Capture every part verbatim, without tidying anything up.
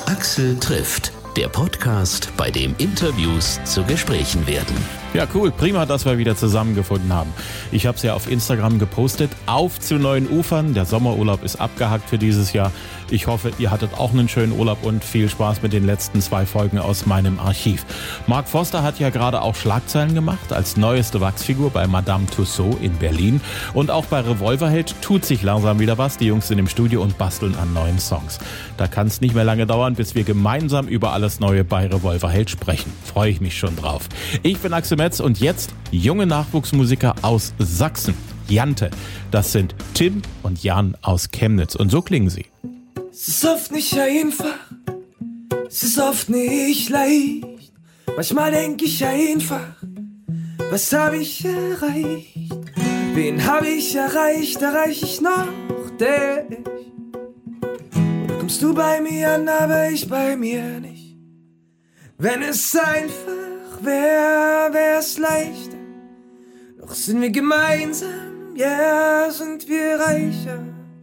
Axel trifft, der Podcast, bei dem Interviews zu Gesprächen werden. Ja, cool, prima, dass wir wieder zusammengefunden haben. Ich habe es ja auf Instagram gepostet, auf zu neuen Ufern. Der Sommerurlaub ist abgehakt für dieses Jahr. Ich hoffe, ihr hattet auch einen schönen Urlaub und viel Spaß mit den letzten zwei Folgen aus meinem Archiv. Mark Forster hat ja gerade auch Schlagzeilen gemacht als neueste Wachsfigur bei Madame Tussauds in Berlin. Und auch bei Revolverheld tut sich langsam wieder was. Die Jungs sind im Studio und basteln an neuen Songs. Da kann es nicht mehr lange dauern, bis wir gemeinsam über alles Neue bei Revolverheld sprechen. Freue ich mich schon drauf. Ich bin Axel Metz und jetzt junge Nachwuchsmusiker aus Sachsen. Jante. Das sind Tim und Jan aus Chemnitz. Und so klingen sie. Es ist oft nicht einfach, es ist oft nicht leicht. Manchmal denk ich einfach, was hab ich erreicht? Wen hab ich erreicht? Erreich ich noch dich? Oder kommst du bei mir an, aber ich bei mir nicht? Wenn es einfach wär, wär's leichter. Doch sind wir gemeinsam, ja, yeah, sind wir reicher.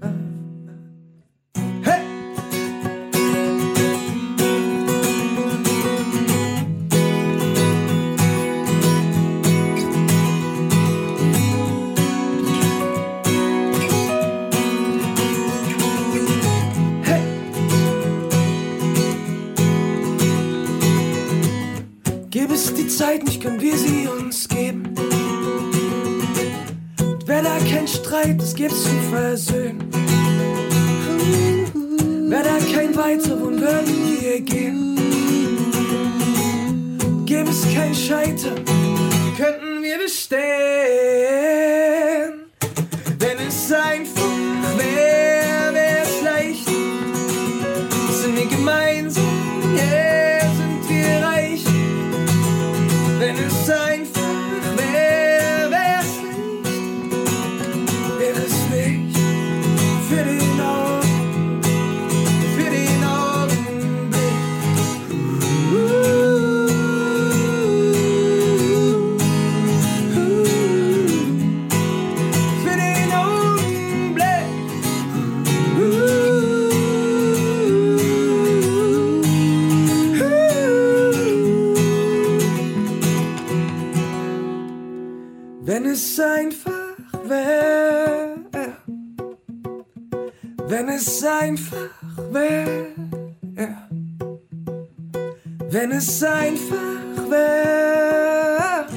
Hey! Hey! Gäbe es die Zeit nicht, können wir sie uns geben. Wär da kein Streit, es gibt's zu versöhnen. Wär da kein Weiter, wohin würden wir gehen? Gäbe es kein Scheitern, könnten wir bestehen. Wenn es einfach wär, wär's leicht. Sind wir gemeinsam, yeah, sind wir reich. Wenn es einfach wär, wär's für den Augen, für den Augenblick. Für den Augenblick. Wenn es einfach wäre. Wenn es einfach wäre, ja. Wenn es einfach wäre,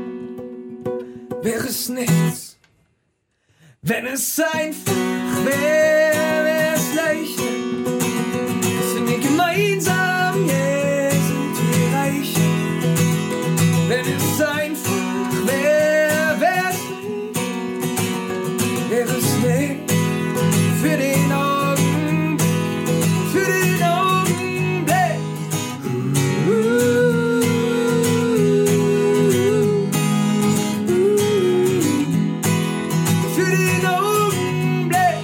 wäre es nichts. Wenn es einfach wäre, wäre es leichter. Sind wir gemeinsam, yeah, sind wir reich. Wenn es einfach wäre, wäre es nicht, wäre es nicht. Für den Augenblick, für den Augenblick. Für den Augenblick.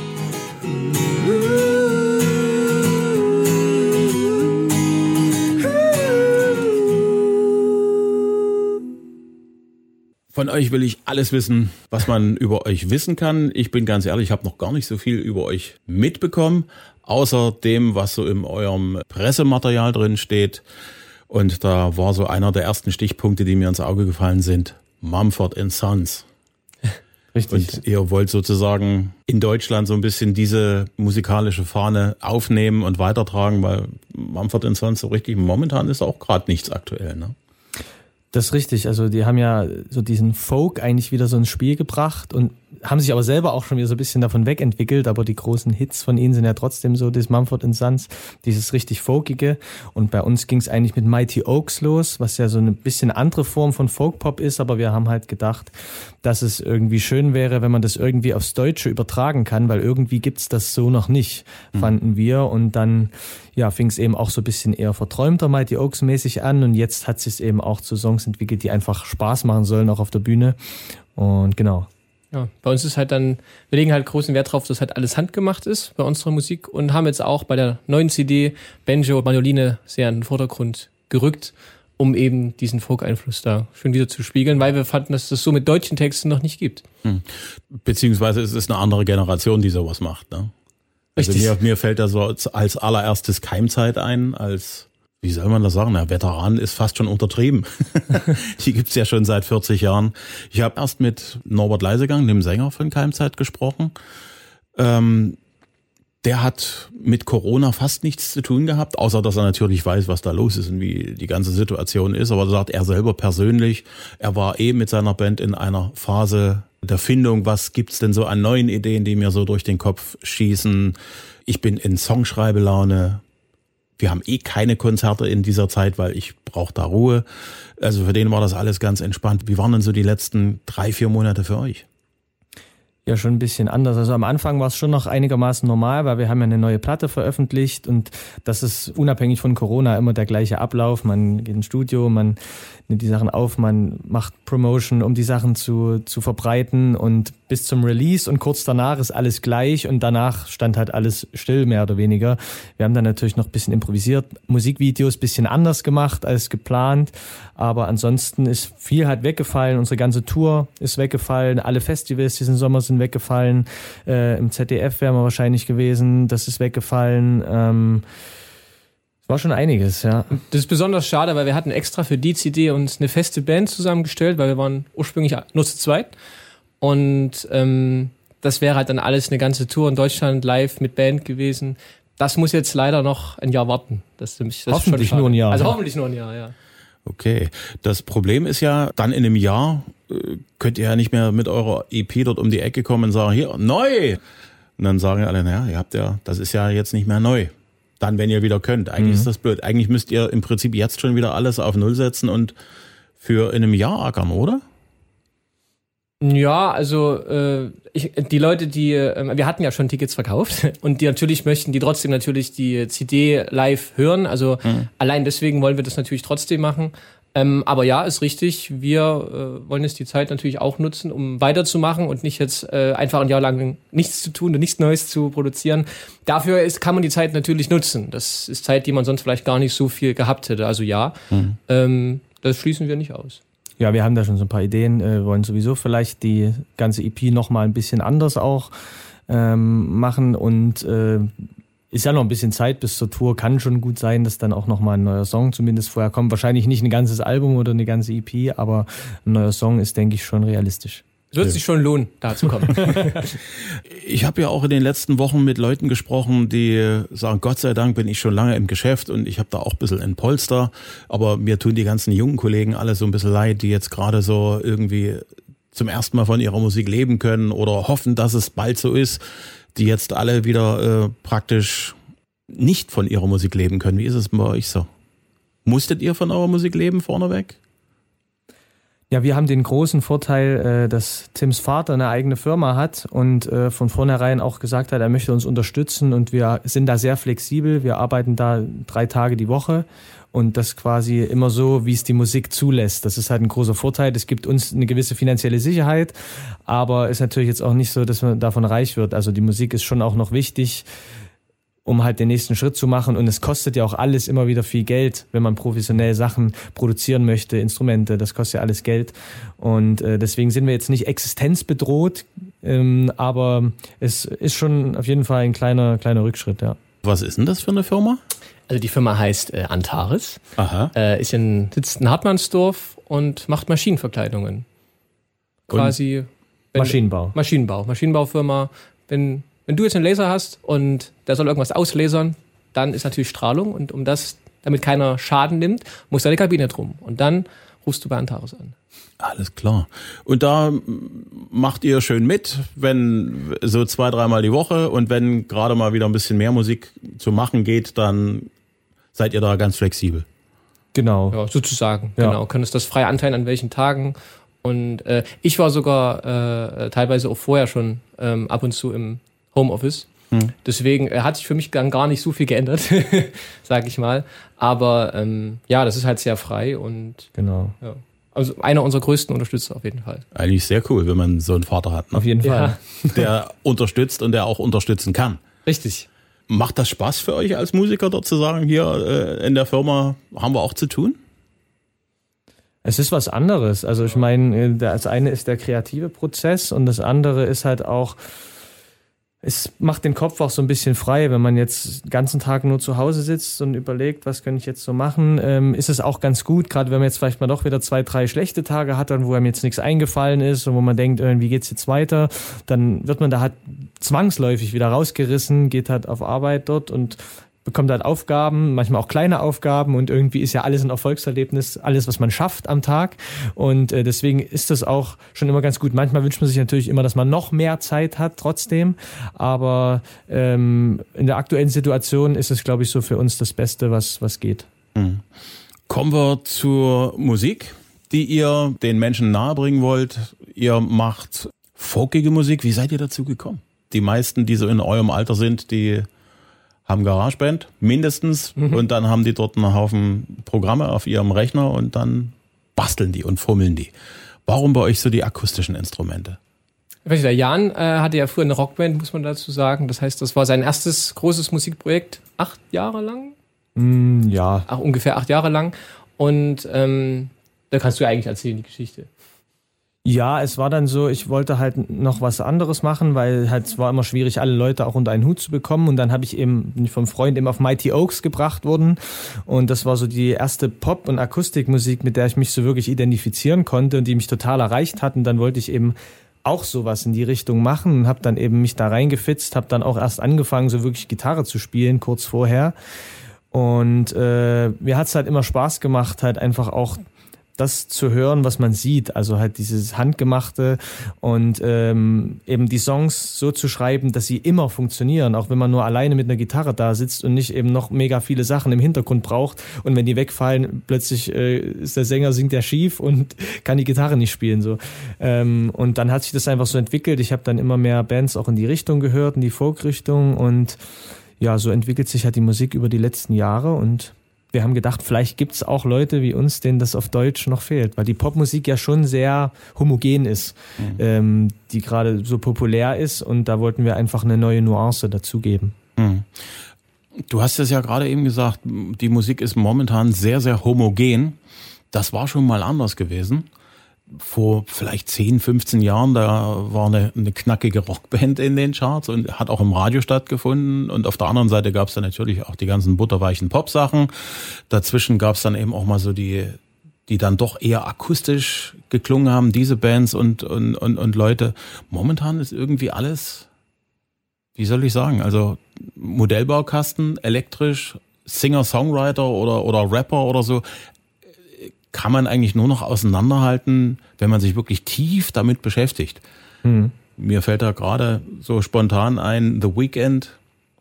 Von euch will ich alles wissen, was man über euch wissen kann. Ich bin ganz ehrlich, ich habe noch gar nicht so viel über euch mitbekommen, außer dem, was so in eurem Pressematerial drin steht. Und da war so einer der ersten Stichpunkte, die mir ins Auge gefallen sind, Mumford and Sons. Richtig. Und ihr wollt sozusagen in Deutschland so ein bisschen diese musikalische Fahne aufnehmen und weitertragen, weil Mumford and Sons so richtig, momentan ist auch gerade nichts aktuell, ne? Das ist richtig, also die haben ja so diesen Folk eigentlich wieder so ins Spiel gebracht und haben sich aber selber auch schon wieder so ein bisschen davon wegentwickelt, aber die großen Hits von ihnen sind ja trotzdem so das Mumford and Sons, dieses richtig Folkige. Und bei uns ging es eigentlich mit Mighty Oaks los, was ja so eine bisschen andere Form von Folkpop ist, aber wir haben halt gedacht, dass es irgendwie schön wäre, wenn man das irgendwie aufs Deutsche übertragen kann, weil irgendwie gibt's das so noch nicht, mhm. fanden wir. Und dann ja, fing es eben auch so ein bisschen eher verträumter Mighty Oaks mäßig an und jetzt hat sich eben auch zu Songs entwickelt, die einfach Spaß machen sollen, auch auf der Bühne. Und genau. Ja, bei uns ist halt dann, wir legen halt großen Wert drauf, dass halt alles handgemacht ist bei unserer Musik und haben jetzt auch bei der neuen C D Banjo und Mandoline sehr in den Vordergrund gerückt, um eben diesen Folk-Einfluss da schön wieder zu spiegeln, weil wir fanden, dass es das so mit deutschen Texten noch nicht gibt. Hm. Beziehungsweise es ist eine andere Generation, die sowas macht, ne? Also mir, mir fällt da so als allererstes Keimzeit ein, als, wie soll man das sagen, der Veteran ist fast schon untertrieben. Die gibt's ja schon seit vierzig Jahren. Ich habe erst mit Norbert Leisegang, dem Sänger von Keimzeit, gesprochen. Ähm, der hat mit Corona fast nichts zu tun gehabt, außer dass er natürlich weiß, was da los ist und wie die ganze Situation ist. Aber er sagt, er selber persönlich, er war eben mit seiner Band in einer Phase der Findung, was gibt's denn so an neuen Ideen, die mir so durch den Kopf schießen. Ich bin in Songschreibelaune. Wir haben eh keine Konzerte in dieser Zeit, weil ich brauche da Ruhe. Also für den war das alles ganz entspannt. Wie waren denn so die letzten drei, vier Monate für euch? Ja, schon ein bisschen anders. Also am Anfang war es schon noch einigermaßen normal, weil wir haben ja eine neue Platte veröffentlicht und das ist unabhängig von Corona immer der gleiche Ablauf. Man geht ins Studio, man nimmt die Sachen auf, man macht Promotion, um die Sachen zu, zu verbreiten und bis zum Release und kurz danach ist alles gleich und danach stand halt alles still, mehr oder weniger. Wir haben dann natürlich noch ein bisschen improvisiert, Musikvideos ein bisschen anders gemacht als geplant, aber ansonsten ist viel halt weggefallen. Unsere ganze Tour ist weggefallen, alle Festivals diesen Sommer sind weggefallen, äh, im Z D F wären wir wahrscheinlich gewesen, das ist weggefallen. Ähm, war schon einiges, ja. Das ist besonders schade, weil wir hatten extra für die C D uns eine feste Band zusammengestellt, weil wir waren ursprünglich nur zu zweit. Und ähm, das wäre halt dann alles eine ganze Tour in Deutschland live mit Band gewesen. Das muss jetzt leider noch ein Jahr warten. Das ist, das hoffentlich ist schon nur ein Jahr. Also ja. hoffentlich nur ein Jahr, ja. Okay, das Problem ist ja, dann in einem Jahr äh, könnt ihr ja nicht mehr mit eurer E P dort um die Ecke kommen und sagen, hier, neu! Und dann sagen alle, naja, ihr habt ja, das ist ja jetzt nicht mehr neu. Dann, wenn ihr wieder könnt. Eigentlich mhm. ist das blöd. Eigentlich müsst ihr im Prinzip jetzt schon wieder alles auf Null setzen und für in einem Jahr ackern, oder? Ja, also äh, ich, die Leute, die, äh, wir hatten ja schon Tickets verkauft und die natürlich möchten, die trotzdem natürlich die C D live hören. Also mhm. allein deswegen wollen wir das natürlich trotzdem machen. Ähm, aber ja, ist richtig, wir äh, wollen jetzt die Zeit natürlich auch nutzen, um weiterzumachen und nicht jetzt äh, einfach ein Jahr lang nichts zu tun und nichts Neues zu produzieren. Dafür ist, kann man die Zeit natürlich nutzen. Das ist Zeit, die man sonst vielleicht gar nicht so viel gehabt hätte. Also ja, mhm. ähm, das schließen wir nicht aus. Ja, wir haben da schon so ein paar Ideen, äh, wollen sowieso vielleicht die ganze E P noch mal ein bisschen anders auch ähm, machen und äh, ist ja noch ein bisschen Zeit bis zur Tour, kann schon gut sein, dass dann auch noch mal ein neuer Song zumindest vorher kommt. Wahrscheinlich nicht ein ganzes Album oder eine ganze E P, aber ein neuer Song ist, denke ich, schon realistisch. Es wird sich schon lohnen, da zu kommen. Ich habe ja auch in den letzten Wochen mit Leuten gesprochen, die sagen, Gott sei Dank bin ich schon lange im Geschäft und ich habe da auch ein bisschen ein Polster. Aber mir tun die ganzen jungen Kollegen alle so ein bisschen leid, die jetzt gerade so irgendwie zum ersten Mal von ihrer Musik leben können oder hoffen, dass es bald so ist, die jetzt alle wieder äh, praktisch nicht von ihrer Musik leben können. Wie ist es bei euch so? Musstet ihr von eurer Musik leben vorneweg? Ja, wir haben den großen Vorteil, dass Tims Vater eine eigene Firma hat und von vornherein auch gesagt hat, er möchte uns unterstützen und wir sind da sehr flexibel. Wir arbeiten da drei Tage die Woche und das quasi immer so, wie es die Musik zulässt. Das ist halt ein großer Vorteil. Das gibt uns eine gewisse finanzielle Sicherheit, aber ist natürlich jetzt auch nicht so, dass man davon reich wird. Also die Musik ist schon auch noch wichtig, um halt den nächsten Schritt zu machen. Und es kostet ja auch alles immer wieder viel Geld, wenn man professionell Sachen produzieren möchte, Instrumente, das kostet ja alles Geld. Und äh, deswegen sind wir jetzt nicht existenzbedroht, ähm, aber es ist schon auf jeden Fall ein kleiner, kleiner Rückschritt, ja. Was ist denn das für eine Firma? Also die Firma heißt äh, Antares, Aha. Äh, ist in, sitzt in Hartmannsdorf und macht Maschinenverkleidungen. Quasi wenn, Maschinenbau. Maschinenbau. Maschinenbaufirma, wenn Wenn du jetzt einen Laser hast und der soll irgendwas auslasern, dann ist natürlich Strahlung und um das, damit keiner Schaden nimmt, muss deine Kabine drum. Und dann rufst du bei Antares an. Alles klar. Und da macht ihr schön mit, wenn so zwei, dreimal die Woche und wenn gerade mal wieder ein bisschen mehr Musik zu machen geht, dann seid ihr da ganz flexibel. Genau. Ja, sozusagen. Ja. Genau. Könntest das frei anteilen, an welchen Tagen. Und äh, ich war sogar äh, teilweise auch vorher schon ähm, ab und zu im Homeoffice. Hm. Deswegen äh, hat sich für mich dann gar nicht so viel geändert, sag ich mal. Aber ähm, ja, das ist halt sehr frei und genau. Ja. Also einer unserer größten Unterstützer auf jeden Fall. Eigentlich sehr cool, wenn man so einen Vater hat. Ne? Auf jeden Fall. Ja. Der unterstützt und der auch unterstützen kann. Richtig. Macht das Spaß für euch als Musiker dort zu sagen, hier äh, in der Firma haben wir auch zu tun? Es ist was anderes. Also ich meine, das eine ist der kreative Prozess und das andere ist halt auch Es macht den Kopf auch so ein bisschen frei, wenn man jetzt den ganzen Tag nur zu Hause sitzt und überlegt, was kann ich jetzt so machen, ähm, ist es auch ganz gut, gerade wenn man jetzt vielleicht mal doch wieder zwei, drei schlechte Tage hat, wo einem jetzt nichts eingefallen ist und wo man denkt, wie geht's jetzt weiter, dann wird man da halt zwangsläufig wieder rausgerissen, geht halt auf Arbeit dort und bekommt halt Aufgaben, manchmal auch kleine Aufgaben und irgendwie ist ja alles ein Erfolgserlebnis, alles, was man schafft am Tag und äh, deswegen ist das auch schon immer ganz gut. Manchmal wünscht man sich natürlich immer, dass man noch mehr Zeit hat trotzdem, aber ähm, in der aktuellen Situation ist es, glaube ich, so für uns das Beste, was, was geht. Mhm. Kommen wir zur Musik, die ihr den Menschen nahebringen wollt. Ihr macht folkige Musik. Wie seid ihr dazu gekommen? Die meisten, die so in eurem Alter sind, die haben GarageBand mindestens mhm. und dann haben die dort einen Haufen Programme auf ihrem Rechner und dann basteln die und fummeln die. Warum bei euch so die akustischen Instrumente? Ich weiß nicht, der Jan äh, hatte ja früher eine Rockband, muss man dazu sagen. Das heißt, das war sein erstes großes Musikprojekt, acht Jahre lang? Mm, ja. Ach, ungefähr acht Jahre lang. Und ähm, da kannst du ja eigentlich erzählen, die Geschichte. Ja, es war dann so, ich wollte halt noch was anderes machen, weil halt es war immer schwierig, alle Leute auch unter einen Hut zu bekommen und dann habe ich eben, bin ich vom Freund eben auf Mighty Oaks gebracht worden und das war so die erste Pop- und Akustikmusik, mit der ich mich so wirklich identifizieren konnte und die mich total erreicht hat und dann wollte ich eben auch sowas in die Richtung machen und habe dann eben mich da reingefitzt, habe dann auch erst angefangen, so wirklich Gitarre zu spielen, kurz vorher und äh, mir hat's halt immer Spaß gemacht, halt einfach auch das zu hören, was man sieht, also halt dieses Handgemachte und ähm, eben die Songs so zu schreiben, dass sie immer funktionieren, auch wenn man nur alleine mit einer Gitarre da sitzt und nicht eben noch mega viele Sachen im Hintergrund braucht und wenn die wegfallen, plötzlich äh, ist der Sänger, singt der schief und kann die Gitarre nicht spielen. So. Ähm, und dann hat sich das einfach so entwickelt, ich habe dann immer mehr Bands auch in die Richtung gehört, in die Folk-Richtung und ja, so entwickelt sich halt die Musik über die letzten Jahre und wir haben gedacht, vielleicht gibt's auch Leute wie uns, denen das auf Deutsch noch fehlt, weil die Popmusik ja schon sehr homogen ist, mhm. ähm, die gerade so populär ist und da wollten wir einfach eine neue Nuance dazugeben. Mhm. Du hast es ja gerade eben gesagt, die Musik ist momentan sehr, sehr homogen. Das war schon mal anders gewesen. Vor vielleicht zehn, fünfzehn Jahren, da war eine, eine knackige Rockband in den Charts und hat auch im Radio stattgefunden. Und auf der anderen Seite gab es dann natürlich auch die ganzen butterweichen Pop-Sachen. Dazwischen gab es dann eben auch mal so die, die dann doch eher akustisch geklungen haben, diese Bands und, und, und, und Leute. Momentan ist irgendwie alles, wie soll ich sagen, also Modellbaukasten, elektrisch, Singer-Songwriter oder, oder Rapper oder so. Kann man eigentlich nur noch auseinanderhalten, wenn man sich wirklich tief damit beschäftigt. Mhm. Mir fällt da gerade so spontan ein, The Weeknd,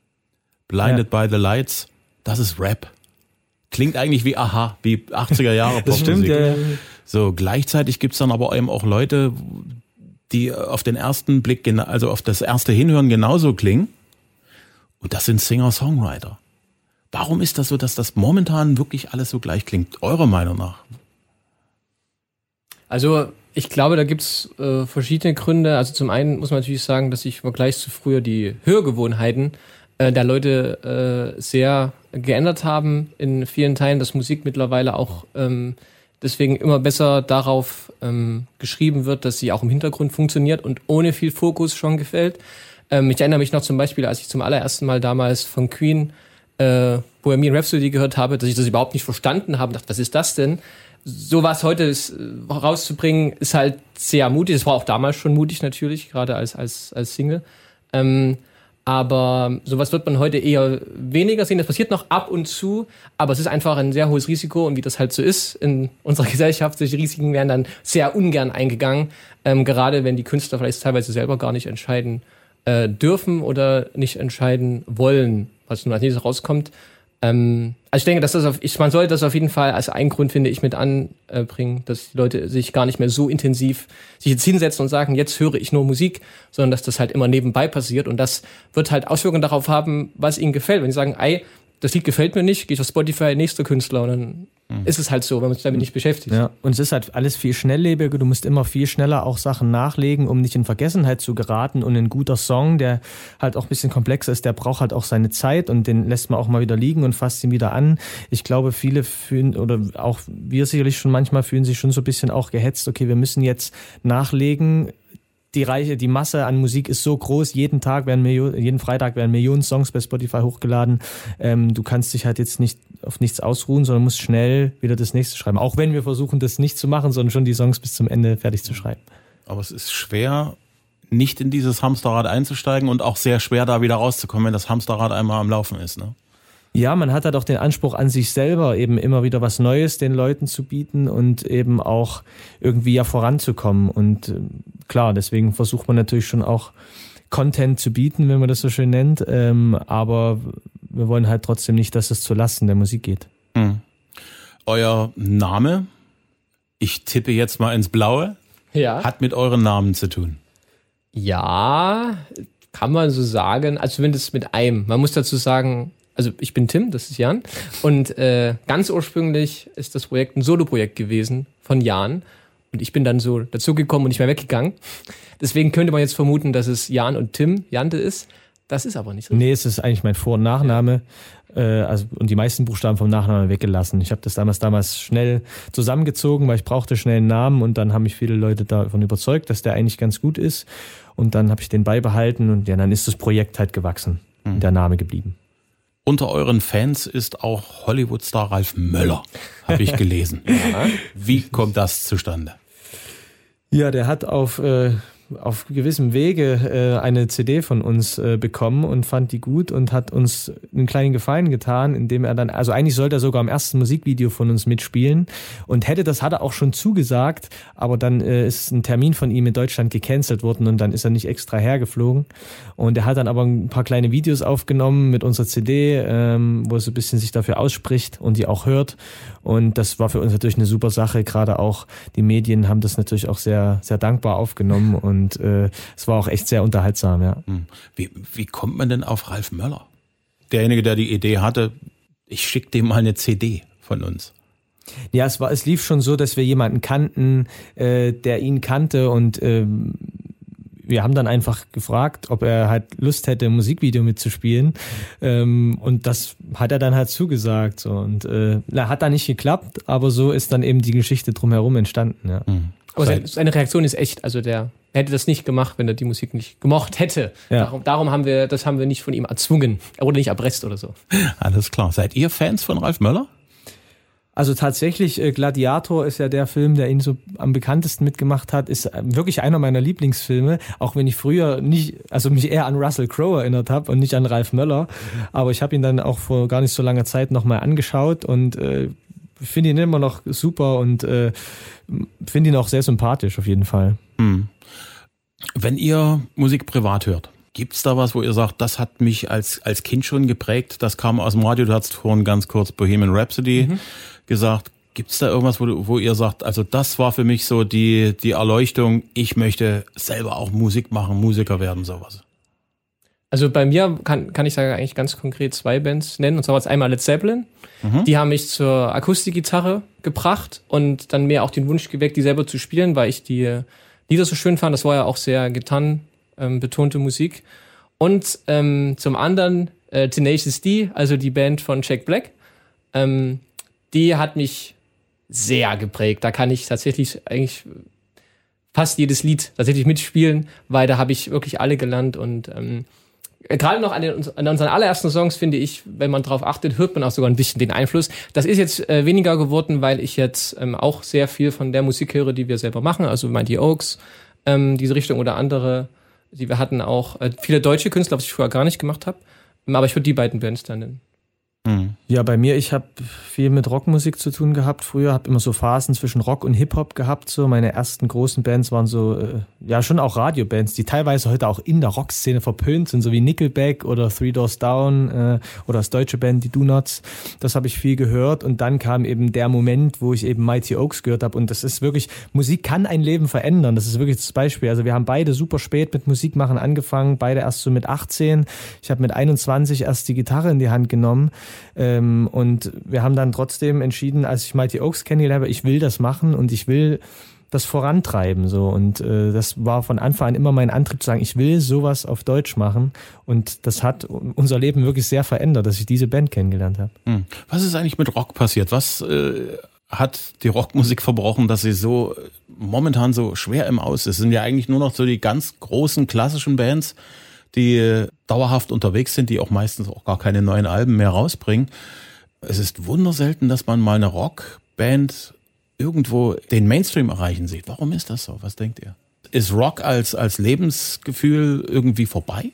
Blinded ja. by the Lights, das ist Rap. Klingt eigentlich wie Aha, wie achtziger Jahre Popmusik. Das stimmt, ja. So, gleichzeitig gibt's dann aber eben auch Leute, die auf den ersten Blick, also auf das erste Hinhören genauso klingen. Und das sind Singer-Songwriter. Warum ist das so, dass das momentan wirklich alles so gleich klingt, eurer Meinung nach? Also ich glaube, da gibt's äh, verschiedene Gründe. Also zum einen muss man natürlich sagen, dass sich im Vergleich zu früher die Hörgewohnheiten äh, der Leute äh, sehr geändert haben in vielen Teilen, dass Musik mittlerweile auch ähm, deswegen immer besser darauf ähm, geschrieben wird, dass sie auch im Hintergrund funktioniert und ohne viel Fokus schon gefällt. Ähm, ich erinnere mich noch zum Beispiel, als ich zum allerersten Mal damals von Queen äh, Bohemian Rhapsody gehört habe, dass ich das überhaupt nicht verstanden habe. Dachte, was ist das denn? Sowas heute ist, äh, rauszubringen, ist halt sehr mutig. Das war auch damals schon mutig natürlich, gerade als als als Single. Ähm, aber sowas wird man heute eher weniger sehen. Das passiert noch ab und zu, aber es ist einfach ein sehr hohes Risiko. Und wie das halt so ist in unserer Gesellschaft, solche Risiken werden dann sehr ungern eingegangen. Ähm, gerade wenn die Künstler vielleicht teilweise selber gar nicht entscheiden äh, dürfen oder nicht entscheiden wollen, was nun als nächstes rauskommt. Ähm, also ich denke, dass das auf, ich, man sollte das auf jeden Fall als einen Grund, finde ich, mit anbringen, dass die Leute sich gar nicht mehr so intensiv sich jetzt hinsetzen und sagen, jetzt höre ich nur Musik, sondern dass das halt immer nebenbei passiert und das wird halt Auswirkungen darauf haben, was ihnen gefällt. Wenn sie sagen, ey, das Lied gefällt mir nicht, gehe ich auf Spotify, nächster Künstler und dann mhm. ist es halt so, wenn man sich damit nicht beschäftigt. Ja, und es ist halt alles viel schnelllebiger, du musst immer viel schneller auch Sachen nachlegen, um nicht in Vergessenheit zu geraten und ein guter Song, der halt auch ein bisschen komplexer ist, der braucht halt auch seine Zeit und den lässt man auch mal wieder liegen und fasst ihn wieder an. Ich glaube, viele fühlen, oder auch wir sicherlich schon manchmal fühlen sich schon so ein bisschen auch gehetzt, okay, wir müssen jetzt nachlegen, die Reiche, die Masse an Musik ist so groß. Jeden Tag werden Millionen, jeden Freitag werden Millionen Songs bei Spotify hochgeladen. Ähm, du kannst dich halt jetzt nicht auf nichts ausruhen, sondern musst schnell wieder das nächste schreiben. Auch wenn wir versuchen, das nicht zu machen, sondern schon die Songs bis zum Ende fertig zu schreiben. Aber es ist schwer, nicht in dieses Hamsterrad einzusteigen und auch sehr schwer, da wieder rauszukommen, wenn das Hamsterrad einmal am Laufen ist, ne? Ja, man hat halt auch den Anspruch an sich selber, eben immer wieder was Neues den Leuten zu bieten und eben auch irgendwie ja voranzukommen. Und äh, klar, deswegen versucht man natürlich schon auch Content zu bieten, wenn man das so schön nennt. Ähm, aber wir wollen halt trotzdem nicht, dass es zu Lasten der Musik geht. Mhm. Euer Name, ich tippe jetzt mal ins Blaue, Ja. hat mit euren Namen zu tun. Ja, kann man so sagen. Also zumindest mit einem. Man muss dazu sagen, also ich bin Tim, das ist Jan. Und äh, ganz ursprünglich ist das Projekt ein Solo-Projekt gewesen von Jan. Und ich bin dann so dazugekommen und nicht mehr weggegangen. Deswegen könnte man jetzt vermuten, dass es Jan und Tim Jante ist. Das ist aber nicht so. Nee, es ist eigentlich mein Vor- und Nachname. Äh, also, und die meisten Buchstaben vom Nachnamen weggelassen. Ich habe das damals damals schnell zusammengezogen, weil ich brauchte schnell einen Namen. Und dann haben mich viele Leute davon überzeugt, dass der eigentlich ganz gut ist. Und dann habe ich den beibehalten. Und ja, dann ist das Projekt halt gewachsen. Mhm. Und der Name geblieben. Unter euren Fans ist auch Hollywood-Star Ralf Möller, habe ich gelesen. Ja. Wie kommt das zustande? Ja, der hat auf, äh, auf gewissem Wege äh, eine C D von uns äh, bekommen und fand die gut und hat uns einen kleinen Gefallen getan, indem er dann, also eigentlich sollte er sogar im ersten Musikvideo von uns mitspielen und hätte, das hat er auch schon zugesagt, aber dann äh, ist ein Termin von ihm in Deutschland gecancelt worden und dann ist er nicht extra hergeflogen und er hat dann aber ein paar kleine Videos aufgenommen mit unserer C D, ähm, wo er so ein bisschen sich dafür ausspricht und die auch hört und das war für uns natürlich eine super Sache, gerade auch die Medien haben das natürlich auch sehr, sehr dankbar aufgenommen und Und äh, es war auch echt sehr unterhaltsam, ja. Wie, wie kommt man denn auf Ralf Möller? Derjenige, der die Idee hatte, ich schicke dem mal eine C D von uns. Ja, es war, es lief schon so, dass wir jemanden kannten, äh, der ihn kannte und äh, wir haben dann einfach gefragt, ob er halt Lust hätte, ein Musikvideo mitzuspielen. Ähm, und das hat er dann halt zugesagt. So. Und äh, hat da nicht geklappt, aber so ist dann eben die Geschichte drumherum entstanden, ja. Mhm. Aber seine, seine Reaktion ist echt, also der hätte das nicht gemacht, wenn er die Musik nicht gemocht hätte. Ja. Darum, darum haben wir, das haben wir nicht von ihm erzwungen. Er wurde nicht erpresst oder so. Alles klar. Seid ihr Fans von Ralf Möller? Also tatsächlich, äh, Gladiator ist ja der Film, der ihn so am bekanntesten mitgemacht hat, ist wirklich einer meiner Lieblingsfilme, auch wenn ich früher nicht, also mich eher an Russell Crowe erinnert habe und nicht an Ralf Möller. Aber ich habe ihn dann auch vor gar nicht so langer Zeit nochmal angeschaut und äh, finde ihn immer noch super und äh, finde ihn auch sehr sympathisch auf jeden Fall. Hm. Wenn ihr Musik privat hört, gibt's da was, wo ihr sagt, das hat mich als als Kind schon geprägt, das kam aus dem Radio, du hast vorhin ganz kurz Bohemian Rhapsody mhm. gesagt. Gibt's da irgendwas, wo, wo ihr sagt, also das war für mich so die die Erleuchtung, ich möchte selber auch Musik machen, Musiker werden, sowas? Also bei mir kann, kann ich sagen, eigentlich ganz konkret zwei Bands nennen. Und zwar war es einmal Led Zeppelin. Mhm. Die haben mich zur Akustikgitarre gebracht und dann mir auch den Wunsch geweckt, die selber zu spielen, weil ich die Lieder so schön fand. Das war ja auch sehr gitarren ähm, betonte Musik. Und ähm, zum anderen äh, Tenacious D, also die Band von Jack Black. Ähm, die hat mich sehr geprägt. Da kann ich tatsächlich eigentlich fast jedes Lied tatsächlich mitspielen, weil da habe ich wirklich alle gelernt und ähm, gerade noch an, den, an unseren allerersten Songs, finde ich, wenn man drauf achtet, hört man auch sogar ein bisschen den Einfluss. Das ist jetzt äh, weniger geworden, weil ich jetzt ähm, auch sehr viel von der Musik höre, die wir selber machen, also Mighty Oaks, ähm, diese Richtung oder andere, die wir hatten auch. Äh, viele deutsche Künstler, was ich vorher gar nicht gemacht habe. Ähm, aber ich würde die beiden Bands dann nennen. Ja, bei mir, ich habe viel mit Rockmusik zu tun gehabt früher, habe immer so Phasen zwischen Rock und Hip-Hop gehabt. So meine ersten großen Bands waren so, äh, ja schon auch Radiobands, die teilweise heute auch in der Rockszene verpönt sind, so wie Nickelback oder Three Doors Down äh, oder das deutsche Band, die Do-Nots. Das habe ich viel gehört und dann kam eben der Moment, wo ich eben Mighty Oaks gehört habe und das ist wirklich, Musik kann ein Leben verändern, das ist wirklich das Beispiel. Also wir haben beide super spät mit Musik machen angefangen, beide erst so mit achtzehn. Ich habe mit einundzwanzig erst die Gitarre in die Hand genommen. Ähm, und wir haben dann trotzdem entschieden, als ich Mighty Oaks kennengelernt habe, ich will das machen und ich will das vorantreiben. So. Und äh, das war von Anfang an immer mein Antrieb zu sagen, ich will sowas auf Deutsch machen. Und das hat unser Leben wirklich sehr verändert, dass ich diese Band kennengelernt habe. Hm. Was ist eigentlich mit Rock passiert? Was äh, hat die Rockmusik verbrochen, dass sie so momentan so schwer im Aus ist? Es sind ja eigentlich nur noch so die ganz großen klassischen Bands, die dauerhaft unterwegs sind, die auch meistens auch gar keine neuen Alben mehr rausbringen. Es ist wunderselten, dass man mal eine Rockband irgendwo den Mainstream erreichen sieht. Warum ist das so? Was denkt ihr? Ist Rock als, als Lebensgefühl irgendwie vorbei?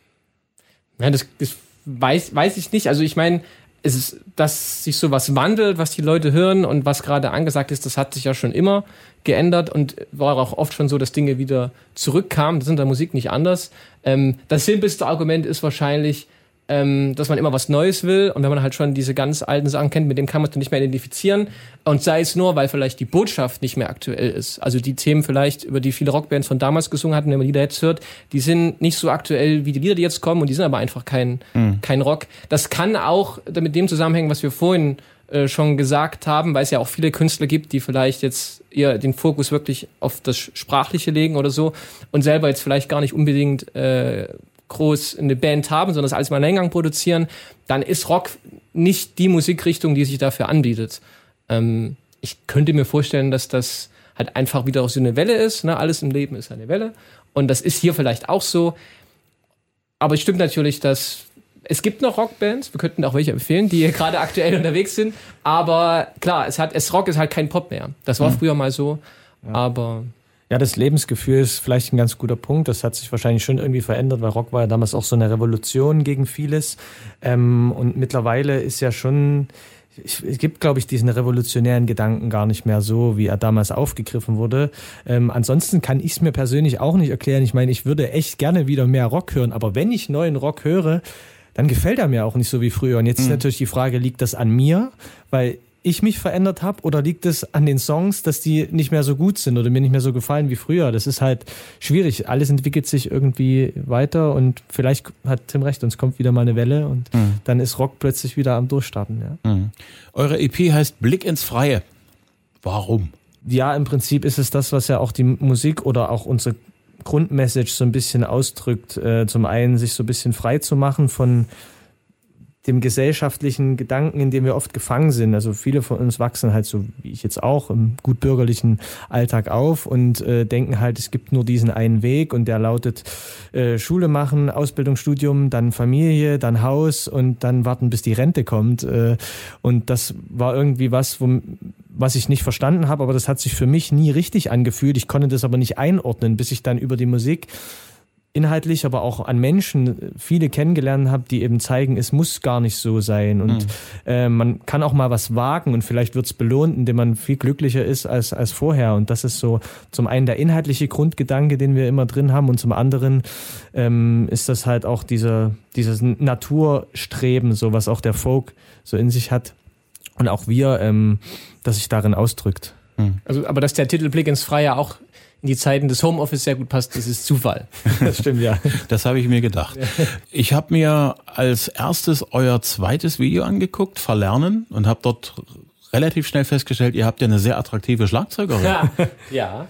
Ja, das, das weiß, weiß ich nicht. Also ich meine, es ist, dass sich sowas wandelt, was die Leute hören und was gerade angesagt ist, das hat sich ja schon immer geändert und war auch oft schon so, dass Dinge wieder zurückkamen. Das ist in der Musik nicht anders. Ähm, das simpelste Argument ist wahrscheinlich, ähm, dass man immer was Neues will und wenn man halt schon diese ganz alten Sachen kennt, mit dem kann man sich nicht mehr identifizieren und sei es nur, weil vielleicht die Botschaft nicht mehr aktuell ist. Also die Themen vielleicht, über die viele Rockbands von damals gesungen hatten, wenn man Lieder jetzt hört, die sind nicht so aktuell wie die Lieder, die jetzt kommen und die sind aber einfach kein, mhm. kein Rock. Das kann auch mit dem zusammenhängen, was wir vorhin äh, schon gesagt haben, weil es ja auch viele Künstler gibt, die vielleicht jetzt eher den Fokus wirklich auf das Sprachliche legen oder so und selber jetzt vielleicht gar nicht unbedingt äh, groß eine Band haben, sondern das alles mal in Eingang produzieren, dann ist Rock nicht die Musikrichtung, die sich dafür anbietet. Ähm, ich könnte mir vorstellen, dass das halt einfach wieder so eine Welle ist. Ne? Alles im Leben ist eine Welle. Und das ist hier vielleicht auch so. Aber es stimmt natürlich, dass es gibt noch Rockbands, wir könnten auch welche empfehlen, die gerade aktuell unterwegs sind. Aber klar, es hat, es Rock ist halt kein Pop mehr. Das war mhm. früher mal so. Ja. Aber ja, das Lebensgefühl ist vielleicht ein ganz guter Punkt. Das hat sich wahrscheinlich schon irgendwie verändert, weil Rock war ja damals auch so eine Revolution gegen vieles. Ähm, und mittlerweile ist ja schon, es gibt, glaube ich, diesen revolutionären Gedanken gar nicht mehr so, wie er damals aufgegriffen wurde. Ähm, ansonsten kann ich es mir persönlich auch nicht erklären. Ich meine, ich würde echt gerne wieder mehr Rock hören, aber wenn ich neuen Rock höre, dann gefällt er mir auch nicht so wie früher. Und jetzt mhm. ist natürlich die Frage, liegt das an mir? Weil ich mich verändert habe oder liegt es an den Songs, dass die nicht mehr so gut sind oder mir nicht mehr so gefallen wie früher? Das ist halt schwierig. Alles entwickelt sich irgendwie weiter und vielleicht hat Tim recht, uns kommt wieder mal eine Welle und mhm. dann ist Rock plötzlich wieder am Durchstarten. Ja. Mhm. Eure E P heißt Blick ins Freie. Warum? Ja, im Prinzip ist es das, was ja auch die Musik oder auch unsere Grundmessage so ein bisschen ausdrückt. Äh, zum einen sich so ein bisschen frei zu machen von dem gesellschaftlichen Gedanken, in dem wir oft gefangen sind. Also viele von uns wachsen halt so, wie ich jetzt auch, im gut bürgerlichen Alltag auf und äh, denken halt, es gibt nur diesen einen Weg und der lautet äh, Schule machen, Ausbildung, Studium, dann Familie, dann Haus und dann warten, bis die Rente kommt. Äh, und das war irgendwie was, wo, was ich nicht verstanden habe, aber das hat sich für mich nie richtig angefühlt. Ich konnte das aber nicht einordnen, bis ich dann über die Musik inhaltlich, aber auch an Menschen viele kennengelernt habe, die eben zeigen, es muss gar nicht so sein und mhm. äh, man kann auch mal was wagen und vielleicht wird es belohnt, indem man viel glücklicher ist als als vorher und das ist so zum einen der inhaltliche Grundgedanke, den wir immer drin haben und zum anderen ähm, ist das halt auch dieser dieses Naturstreben, so was auch der Folk so in sich hat und auch wir, ähm, das sich darin ausdrückt. Mhm. Also, aber dass der Titel Blick ins Freie auch in die Zeiten des Homeoffice sehr gut passt, das ist Zufall. Das stimmt, ja. Das habe ich mir gedacht. Ich habe mir als erstes euer zweites Video angeguckt, Verlernen, und habe dort relativ schnell festgestellt, ihr habt ja eine sehr attraktive Schlagzeugerin. Ja. ja.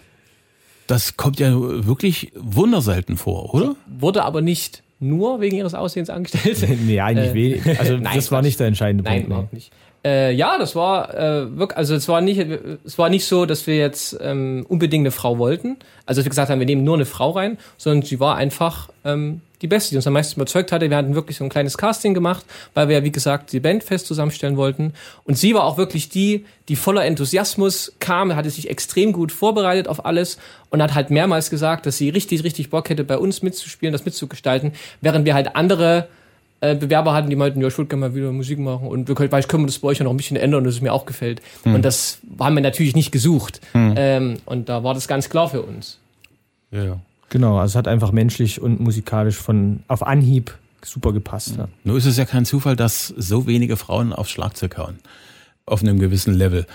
Das kommt ja wirklich wunderselten vor, oder? Wurde aber nicht nur wegen ihres Aussehens angestellt. Nee, eigentlich äh, wenig. Also nein, das war nicht der entscheidende nein, Punkt. Nein, überhaupt nicht. Äh, ja, das war äh, wirklich, also es war nicht, es war nicht so, dass wir jetzt ähm, unbedingt eine Frau wollten. Also dass wir gesagt haben, wir nehmen nur eine Frau rein, sondern sie war einfach ähm, die Beste, die uns am meisten überzeugt hatte. Wir hatten wirklich so ein kleines Casting gemacht, weil wir ja, wie gesagt, die Band fest zusammenstellen wollten. Und sie war auch wirklich die, die voller Enthusiasmus kam, hatte sich extrem gut vorbereitet auf alles und hat halt mehrmals gesagt, dass sie richtig, richtig Bock hätte, bei uns mitzuspielen, das mitzugestalten, während wir halt andere Bewerber hatten, die meinten, ja, ich würde gerne mal wieder Musik machen und wir können, vielleicht können wir das bei euch ja noch ein bisschen ändern, dass es mir auch gefällt. Hm. Und das haben wir natürlich nicht gesucht. Hm. Ähm, und da war das ganz klar für uns. Ja, ja. Genau, also es hat einfach menschlich und musikalisch von auf Anhieb super gepasst. Ja. Nur ist es ja kein Zufall, dass so wenige Frauen aufs Schlagzeug hauen. Auf einem gewissen Level.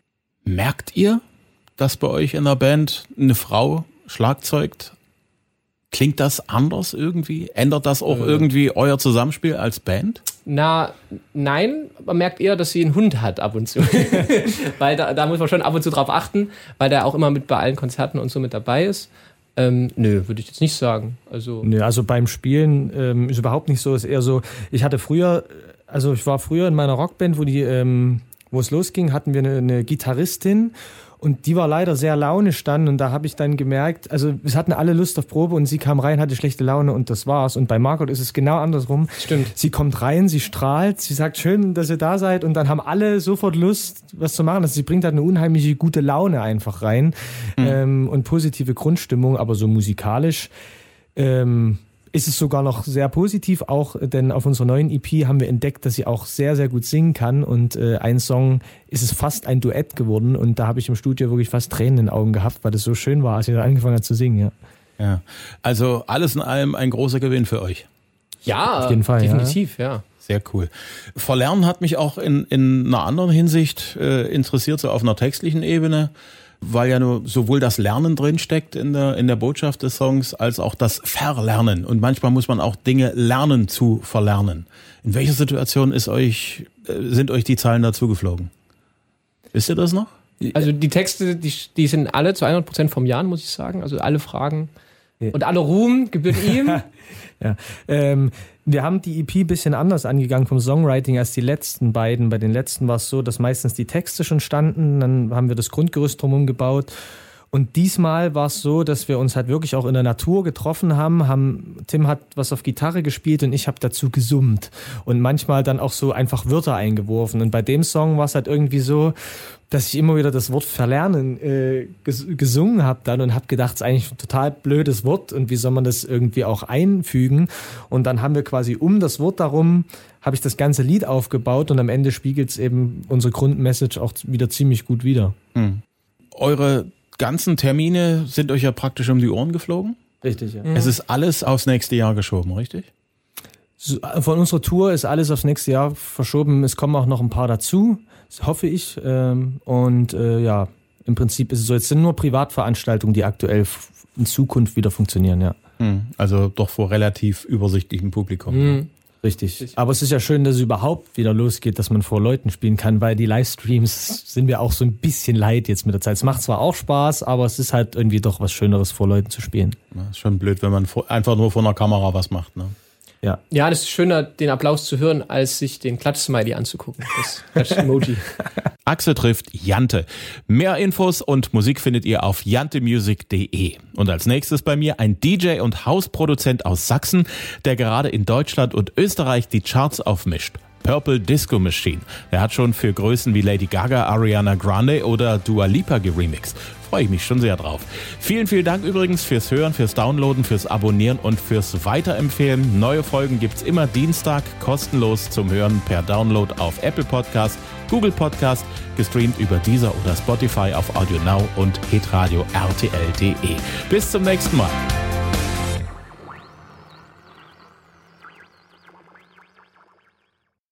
Merkt ihr, dass bei euch in der Band eine Frau schlagzeugt? Klingt das anders irgendwie? Ändert das auch äh. irgendwie euer Zusammenspiel als Band? Na, nein, man merkt eher, dass sie einen Hund hat ab und zu. Weil da, da muss man schon ab und zu drauf achten, weil der auch immer mit bei allen Konzerten und so mit dabei ist. Ähm, nö, würde ich jetzt nicht sagen. Also, nö, also beim Spielen ähm, ist überhaupt nicht so, ist eher so, ich hatte früher, also ich war früher in meiner Rockband, wo die ähm, wo es losging, hatten wir eine, eine Gitarristin und die war leider sehr launisch dann und da habe ich dann gemerkt, also es hatten alle Lust auf Probe und sie kam rein, hatte schlechte Laune und das war's. Und bei Margot ist es genau andersrum. Stimmt. Sie kommt rein, sie strahlt, sie sagt, schön, dass ihr da seid und dann haben alle sofort Lust, was zu machen. Also sie bringt halt eine unheimliche gute Laune einfach rein mhm. ähm, und positive Grundstimmung, aber so musikalisch ähm, ist es sogar noch sehr positiv, auch denn auf unserer neuen E P haben wir entdeckt, dass sie auch sehr, sehr gut singen kann und äh, ein Song ist es fast ein Duett geworden und da habe ich im Studio wirklich fast Tränen in den Augen gehabt, weil das so schön war, als sie da angefangen hat zu singen. Ja, ja. Also alles in allem ein großer Gewinn für euch. Ja, auf jeden Fall, definitiv, ja. ja. Sehr cool. Verlernen hat mich auch in, in einer anderen Hinsicht äh, interessiert, so auf einer textlichen Ebene, weil ja nur sowohl das Lernen drin steckt in der in der Botschaft des Songs, als auch das Verlernen. Und manchmal muss man auch Dinge lernen zu verlernen. In welcher Situation ist euch sind euch die Zeilen dazu geflogen? Wisst ihr das noch? Also die Texte, die, die sind alle zu hundert Prozent vom Jan, muss ich sagen. Also alle Fragen ja. und alle Ruhm gebührt ihm. ja. Ähm, wir haben die E P ein bisschen anders angegangen vom Songwriting als die letzten beiden. Bei den letzten war es so, dass meistens die Texte schon standen, dann haben wir das Grundgerüst drumherum gebaut. Und diesmal war es so, dass wir uns halt wirklich auch in der Natur getroffen haben. haben Tim hat was auf Gitarre gespielt und ich habe dazu gesummt. Und manchmal dann auch so einfach Wörter eingeworfen. Und bei dem Song war es halt irgendwie so, dass ich immer wieder das Wort verlernen äh, ges- gesungen habe dann und habe gedacht, es ist eigentlich ein total blödes Wort und wie soll man das irgendwie auch einfügen. Und dann haben wir quasi um das Wort darum, habe ich das ganze Lied aufgebaut und am Ende spiegelt es eben unsere Grundmessage auch wieder ziemlich gut wider. Hm. Eure ganzen Termine sind euch ja praktisch um die Ohren geflogen? Richtig, ja. Mhm. Es ist alles aufs nächste Jahr geschoben, richtig? So, von unserer Tour ist alles aufs nächste Jahr verschoben. Es kommen auch noch ein paar dazu, hoffe ich. Und äh, ja, im Prinzip ist es so, jetzt sind nur Privatveranstaltungen, die aktuell in Zukunft wieder funktionieren, ja. Mhm. Also doch vor relativ übersichtlichem Publikum. Mhm. Richtig. Aber es ist ja schön, dass es überhaupt wieder losgeht, dass man vor Leuten spielen kann, weil die Livestreams sind wir auch so ein bisschen leid jetzt mit der Zeit. Es macht zwar auch Spaß, aber es ist halt irgendwie doch was Schöneres, vor Leuten zu spielen. Ja, ist schon blöd, wenn man vor, einfach nur vor einer Kamera was macht, ne? Ja. Ja, das ist schöner, den Applaus zu hören, als sich den Klatsch-Smiley anzugucken. Das Klatsch-Emoji. Axel trifft Jante. Mehr Infos und Musik findet ihr auf jantemusic punkt de. Und als nächstes bei mir ein D J und Hausproduzent aus Sachsen, der gerade in Deutschland und Österreich die Charts aufmischt. Purple Disco Machine. Der hat schon für Größen wie Lady Gaga, Ariana Grande oder Dua Lipa geremixed. Freue ich mich schon sehr drauf. Vielen, vielen Dank übrigens fürs Hören, fürs Downloaden, fürs Abonnieren und fürs Weiterempfehlen. Neue Folgen gibt's immer Dienstag kostenlos zum Hören per Download auf Apple Podcast, Google Podcast, gestreamt über Deezer oder Spotify auf Audio Now und hitradio R T L punkt de. Bis zum nächsten Mal.